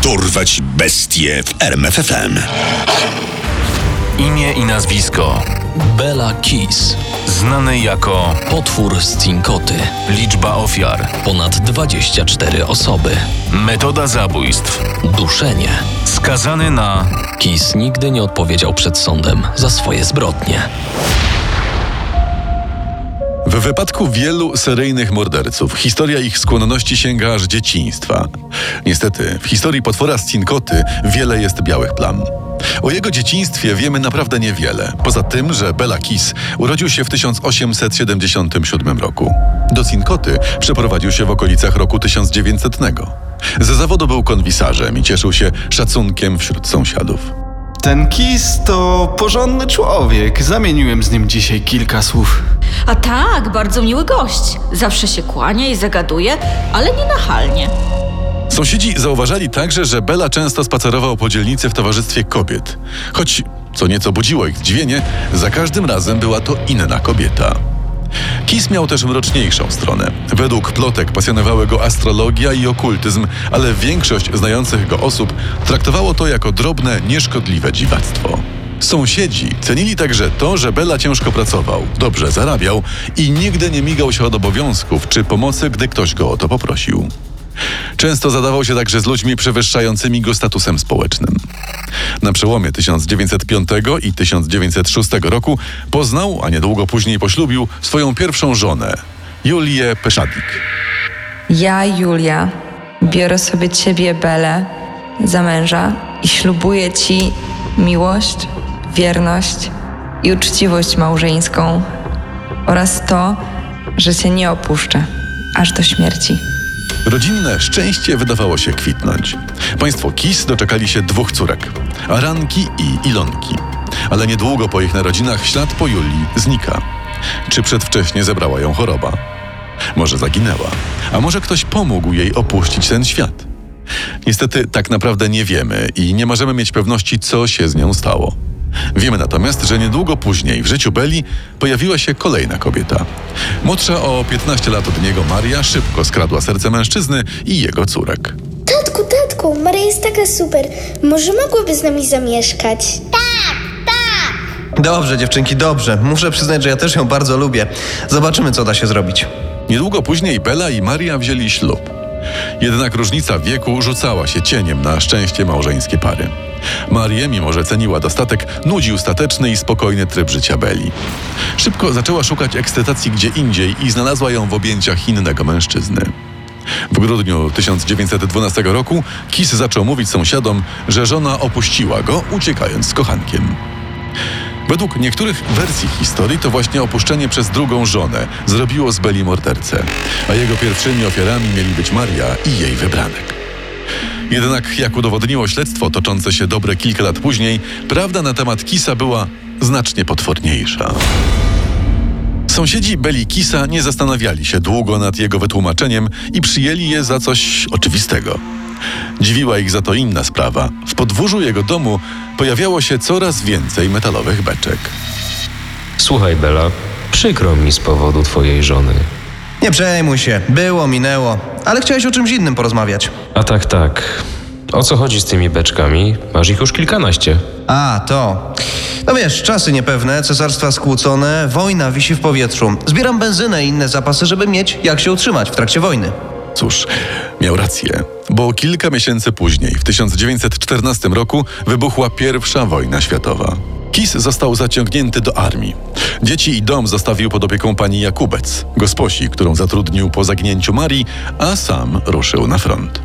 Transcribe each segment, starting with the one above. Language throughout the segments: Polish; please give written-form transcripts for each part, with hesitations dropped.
Dorwać bestie w RMF FM. Imię i nazwisko: Bela Kiss. znany jako Potwór z Cincoty. liczba ofiar, Ponad 24 osoby. metoda zabójstw, Duszenie. skazany na Kiss nigdy nie odpowiedział przed sądem za swoje zbrodnie. W wypadku wielu seryjnych morderców historia ich skłonności sięga aż dzieciństwa. Niestety, w historii potwora z Cincoty wiele jest białych plam. O jego dzieciństwie wiemy naprawdę niewiele, poza tym, że Bela Kiss urodził się w 1877 roku. Do Cincoty przeprowadził się w okolicach roku 1900. Ze zawodu był konwisarzem i cieszył się szacunkiem wśród sąsiadów. Ten Kiss to porządny człowiek. Zamieniłem z nim dzisiaj kilka słów. A tak, bardzo miły gość. Zawsze się kłania i zagaduje, ale nie nachalnie. Sąsiedzi zauważali także, że Bela często spacerował po dzielnicy w towarzystwie kobiet. Choć, co nieco budziło ich zdziwienie, za każdym razem była to inna kobieta. Kiss miał też mroczniejszą stronę. Według plotek pasjonowały go astrologia i okultyzm, ale większość znających go osób traktowało to jako drobne, nieszkodliwe dziwactwo. Sąsiedzi cenili także to, że Bela ciężko pracował, dobrze zarabiał i nigdy nie migał się od obowiązków czy pomocy, gdy ktoś go o to poprosił. Często zadawał się także z ludźmi przewyższającymi go statusem społecznym. Na przełomie 1905 i 1906 roku poznał, a niedługo później poślubił swoją pierwszą żonę, Julię Peszadik. Ja, Julia, biorę sobie ciebie, Belę, za męża i ślubuję ci miłość, wierność i uczciwość małżeńską oraz to, że cię nie opuszczę, aż do śmierci. Rodzinne szczęście wydawało się kwitnąć. Państwo Kiss doczekali się 2 córek, Aranki i Ilonki. Ale niedługo po ich narodzinach ślad po Julii znika. Czy przedwcześnie zebrała ją choroba? Może zaginęła, a może ktoś pomógł jej opuścić ten świat? Niestety tak naprawdę nie wiemy i nie możemy mieć pewności, co się z nią stało. Wiemy natomiast, że niedługo później w życiu Beli pojawiła się kolejna kobieta. Młodsza o 15 lat od niego Maria szybko skradła serce mężczyzny i jego córek. Tatku, Maria jest taka super. Może mogłaby z nami zamieszkać? Dobrze, dziewczynki, dobrze. Muszę przyznać, że ja też ją bardzo lubię. Zobaczymy, co da się zrobić. Niedługo później Bela i Maria wzięli ślub. Jednak różnica wieku rzucała się cieniem na szczęście małżeńskie pary. Marię, mimo że ceniła dostatek, nudził stateczny i spokojny tryb życia Beli. Szybko zaczęła szukać ekscytacji gdzie indziej i znalazła ją w objęciach innego mężczyzny. W grudniu 1912 roku Kiss zaczął mówić sąsiadom, że żona opuściła go, uciekając z kochankiem. Według niektórych wersji historii to właśnie opuszczenie przez drugą żonę zrobiło z Beli mordercę, a jego pierwszymi ofiarami mieli być Maria i jej wybranek. Jednak, jak udowodniło śledztwo toczące się dobre kilka lat później, prawda na temat Kissa była znacznie potworniejsza. Sąsiedzi Beli Kissa nie zastanawiali się długo nad jego wytłumaczeniem i przyjęli je za coś oczywistego. Dziwiła ich za to inna sprawa. W podwórzu jego domu pojawiało się coraz więcej metalowych beczek. Słuchaj, Bela, przykro mi z powodu twojej żony. Nie przejmuj się, było, minęło. Ale chciałeś o czymś innym porozmawiać. A tak. O co chodzi z tymi beczkami? Masz ich już kilkanaście. A, to. No wiesz, czasy niepewne, cesarstwa skłócone, wojna wisi w powietrzu. Zbieram benzynę i inne zapasy, żeby mieć jak się utrzymać w trakcie wojny. Cóż, miał rację, bo kilka miesięcy później, w 1914 roku, wybuchła I wojna światowa. Kiss został zaciągnięty do armii. Dzieci i dom zostawił pod opieką pani Jakubec, gosposi, którą zatrudnił po zaginięciu Marii, a sam ruszył na front.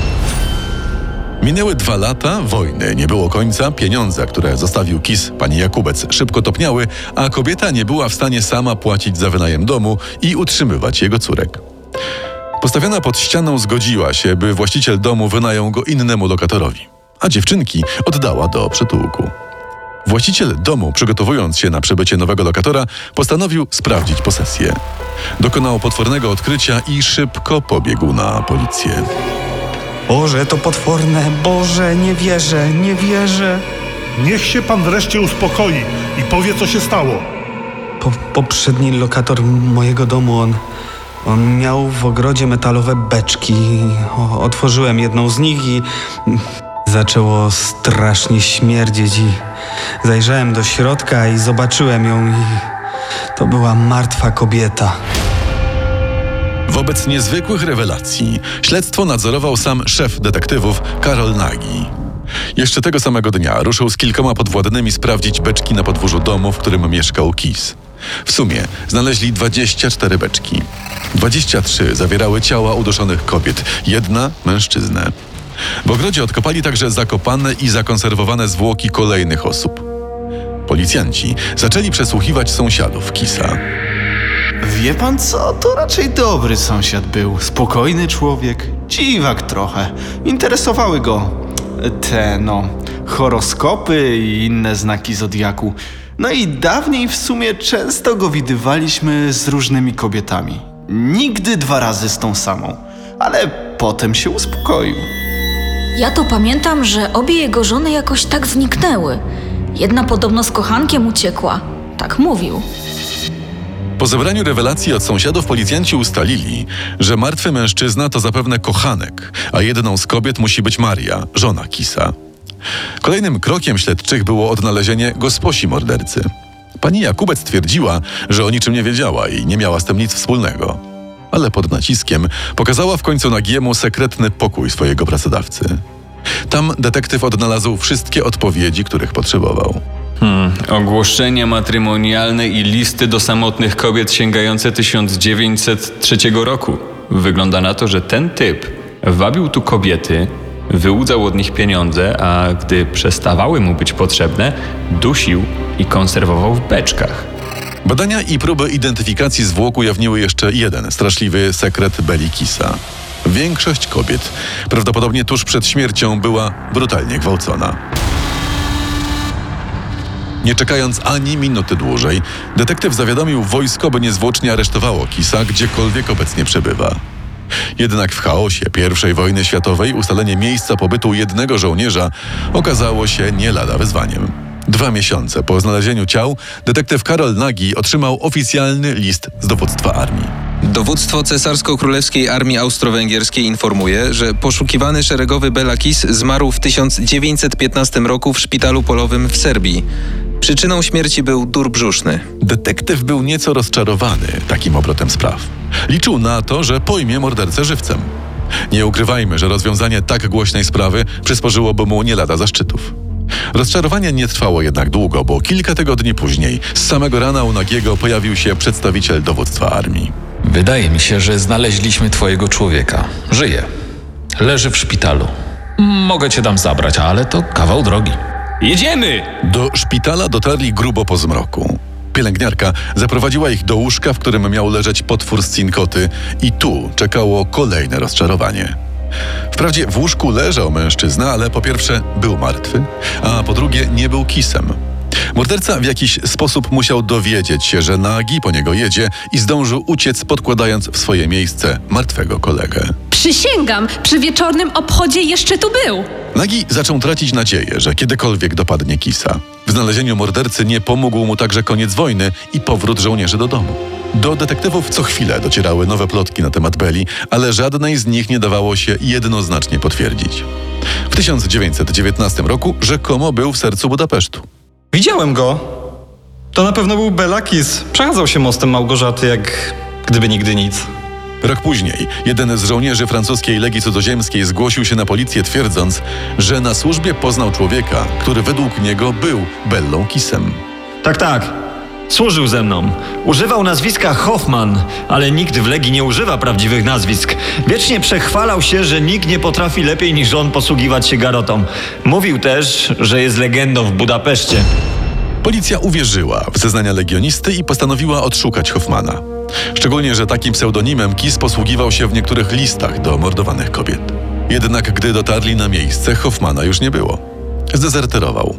Minęły 2 lata wojny, nie było końca, pieniądze, które zostawił Kiss pani Jakubec, szybko topniały, a kobieta nie była w stanie sama płacić za wynajem domu i utrzymywać jego córek. Postawiona pod ścianą zgodziła się, by właściciel domu wynajął go innemu lokatorowi, a dziewczynki oddała do przytułku. Właściciel domu, przygotowując się na przybycie nowego lokatora, postanowił sprawdzić posesję. Dokonał potwornego odkrycia i szybko pobiegł na policję. Boże, to potworne. Boże, nie wierzę. Niech się pan wreszcie uspokoi i powie, co się stało. Poprzedni lokator mojego domu, On miał w ogrodzie metalowe beczki. Otworzyłem jedną z nich i zaczęło strasznie śmierdzieć i zajrzałem do środka i zobaczyłem ją i to była martwa kobieta. Wobec niezwykłych rewelacji śledztwo nadzorował sam szef detektywów Karol Nagy. Jeszcze tego samego dnia ruszył z kilkoma podwładnymi sprawdzić beczki na podwórzu domu, w którym mieszkał Kis. W sumie znaleźli 24 beczki. 23 zawierały ciała uduszonych kobiet, jedna mężczyznę. W ogrodzie odkopali także zakopane i zakonserwowane zwłoki kolejnych osób. Policjanci zaczęli przesłuchiwać sąsiadów Kisa. Wie pan co? To raczej dobry sąsiad był. Spokojny człowiek. Dziwak trochę. Interesowały go horoskopy i inne znaki zodiaku. No i dawniej w sumie często go widywaliśmy z różnymi kobietami. Nigdy 2 razy z tą samą. Ale potem się uspokoił. Ja to pamiętam, że obie jego żony jakoś tak zniknęły. Jedna podobno z kochankiem uciekła. Tak mówił. Po zebraniu rewelacji od sąsiadów policjanci ustalili, że martwy mężczyzna to zapewne kochanek, a jedną z kobiet musi być Maria, żona Kisa. Kolejnym krokiem śledczych było odnalezienie gosposi mordercy. Pani Jakubec twierdziła, że o niczym nie wiedziała i nie miała z tym nic wspólnego. Ale pod naciskiem pokazała w końcu Nagiemu sekretny pokój swojego pracodawcy. Tam detektyw odnalazł wszystkie odpowiedzi, których potrzebował. Ogłoszenia matrymonialne i listy do samotnych kobiet sięgające 1903 roku. Wygląda na to, że ten typ wabił tu kobiety, wyłudzał od nich pieniądze, a gdy przestawały mu być potrzebne, dusił i konserwował w beczkach. Badania i próby identyfikacji zwłok ujawniły jeszcze jeden straszliwy sekret Beli Kisa. Większość kobiet, prawdopodobnie tuż przed śmiercią, była brutalnie gwałcona. Nie czekając ani minuty dłużej, detektyw zawiadomił wojsko, by niezwłocznie aresztowało Kisa, gdziekolwiek obecnie przebywa. Jednak w chaosie I wojny światowej ustalenie miejsca pobytu jednego żołnierza okazało się nie lada wyzwaniem. 2 miesiące po znalezieniu ciał detektyw Karol Nagy otrzymał oficjalny list z dowództwa armii. Dowództwo Cesarsko-Królewskiej Armii Austro-Węgierskiej informuje, że poszukiwany szeregowy Bela Kis zmarł w 1915 roku w szpitalu polowym w Serbii. Przyczyną śmierci był dur brzuszny. Detektyw był nieco rozczarowany takim obrotem spraw. Liczył na to, że pojmie mordercę żywcem. Nie ukrywajmy, że rozwiązanie tak głośnej sprawy przysporzyłoby mu nie lada zaszczytów. Rozczarowanie nie trwało jednak długo, bo kilka tygodni później z samego rana u Nagiego pojawił się przedstawiciel dowództwa armii. Wydaje mi się, że znaleźliśmy twojego człowieka. Żyje. Leży w szpitalu. Mogę cię tam zabrać, ale to kawał drogi. Jedziemy! Do szpitala dotarli grubo po zmroku. Pielęgniarka zaprowadziła ich do łóżka, w którym miał leżeć potwór z Cinkoty i tu czekało kolejne rozczarowanie. Wprawdzie w łóżku leżał mężczyzna, ale po pierwsze był martwy, a po drugie nie był Kisem. Morderca w jakiś sposób musiał dowiedzieć się, że Nagy po niego jedzie i zdążył uciec, podkładając w swoje miejsce martwego kolegę. Przysięgam, przy wieczornym obchodzie jeszcze tu był. Nagy zaczął tracić nadzieję, że kiedykolwiek dopadnie Kisa. W znalezieniu mordercy nie pomógł mu także koniec wojny i powrót żołnierzy do domu. Do detektywów co chwilę docierały nowe plotki na temat Beli, ale żadnej z nich nie dawało się jednoznacznie potwierdzić. W 1919 roku rzekomo był w sercu Budapesztu. Widziałem go. To na pewno był Bela Kis. Przechadzał się mostem Małgorzaty, jak gdyby nigdy nic. Rok później jeden z żołnierzy francuskiej Legii Cudzoziemskiej zgłosił się na policję, twierdząc, że na służbie poznał człowieka, który według niego był Bellą Kisem. Tak. Służył ze mną. Używał nazwiska Hoffman, ale nikt w Legii nie używa prawdziwych nazwisk. Wiecznie przechwalał się, że nikt nie potrafi lepiej niż on posługiwać się garotą. Mówił też, że jest legendą w Budapeszcie. Policja uwierzyła w zeznania legionisty i postanowiła odszukać Hoffmana. Szczególnie, że takim pseudonimem Kis posługiwał się w niektórych listach do mordowanych kobiet. Jednak gdy dotarli na miejsce, Hoffmana już nie było. Zdezerterował.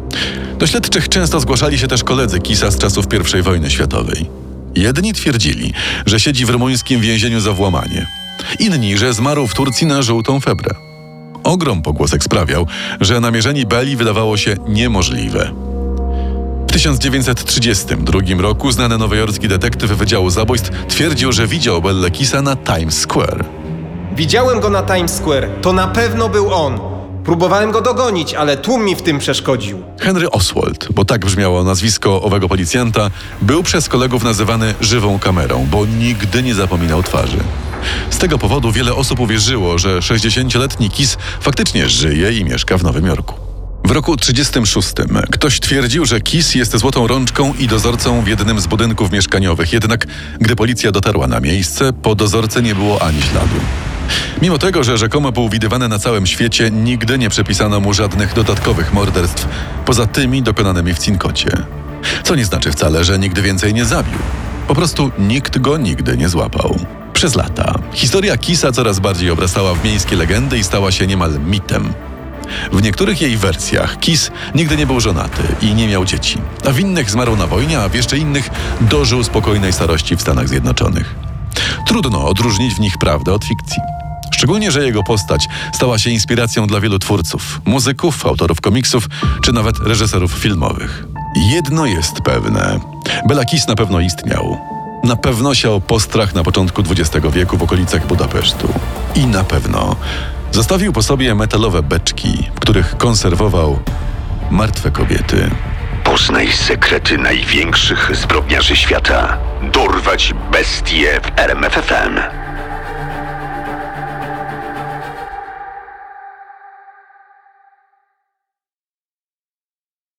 Do śledczych często zgłaszali się też koledzy Kisa z czasów I wojny światowej. Jedni twierdzili, że siedzi w rumuńskim więzieniu za włamanie. Inni, że zmarł w Turcji na żółtą febrę. Ogrom pogłosek sprawiał, że namierzenie Beli wydawało się niemożliwe. W W 1932 roku znany nowojorski detektyw Wydziału Zabójstw twierdził, że widział Bellę Kissa na Times Square. Widziałem go na Times Square. To na pewno był on. Próbowałem go dogonić, ale tłum mi w tym przeszkodził. Henry Oswald, bo tak brzmiało nazwisko owego policjanta, był przez kolegów nazywany żywą kamerą, bo nigdy nie zapominał twarzy. Z tego powodu wiele osób uwierzyło, że 60-letni Kiss faktycznie żyje i mieszka w Nowym Jorku. W roku 1936 ktoś twierdził, że Kiss jest złotą rączką i dozorcą w jednym z budynków mieszkaniowych, jednak gdy policja dotarła na miejsce, po dozorcy nie było ani śladu. Mimo tego, że rzekomo był widywany na całym świecie, nigdy nie przepisano mu żadnych dodatkowych morderstw, poza tymi dokonanymi w Cincocie. Co nie znaczy wcale, że nigdy więcej nie zabił. Po prostu nikt go nigdy nie złapał. Przez lata historia Kissa coraz bardziej obrastała w miejskie legendy i stała się niemal mitem. W niektórych jej wersjach Kiss nigdy nie był żonaty i nie miał dzieci, a w innych zmarł na wojnie, a w jeszcze innych dożył spokojnej starości w Stanach Zjednoczonych. Trudno odróżnić w nich prawdę od fikcji. Szczególnie, że jego postać stała się inspiracją dla wielu twórców, muzyków, autorów komiksów czy nawet reżyserów filmowych. Jedno jest pewne. Bela Kiss na pewno istniał. Na pewno siał postrach na początku XX wieku w okolicach Budapesztu. I na pewno zostawił po sobie metalowe beczki, w których konserwował martwe kobiety. Poznaj sekrety największych zbrodniarzy świata. Dorwać bestie w RMF FM.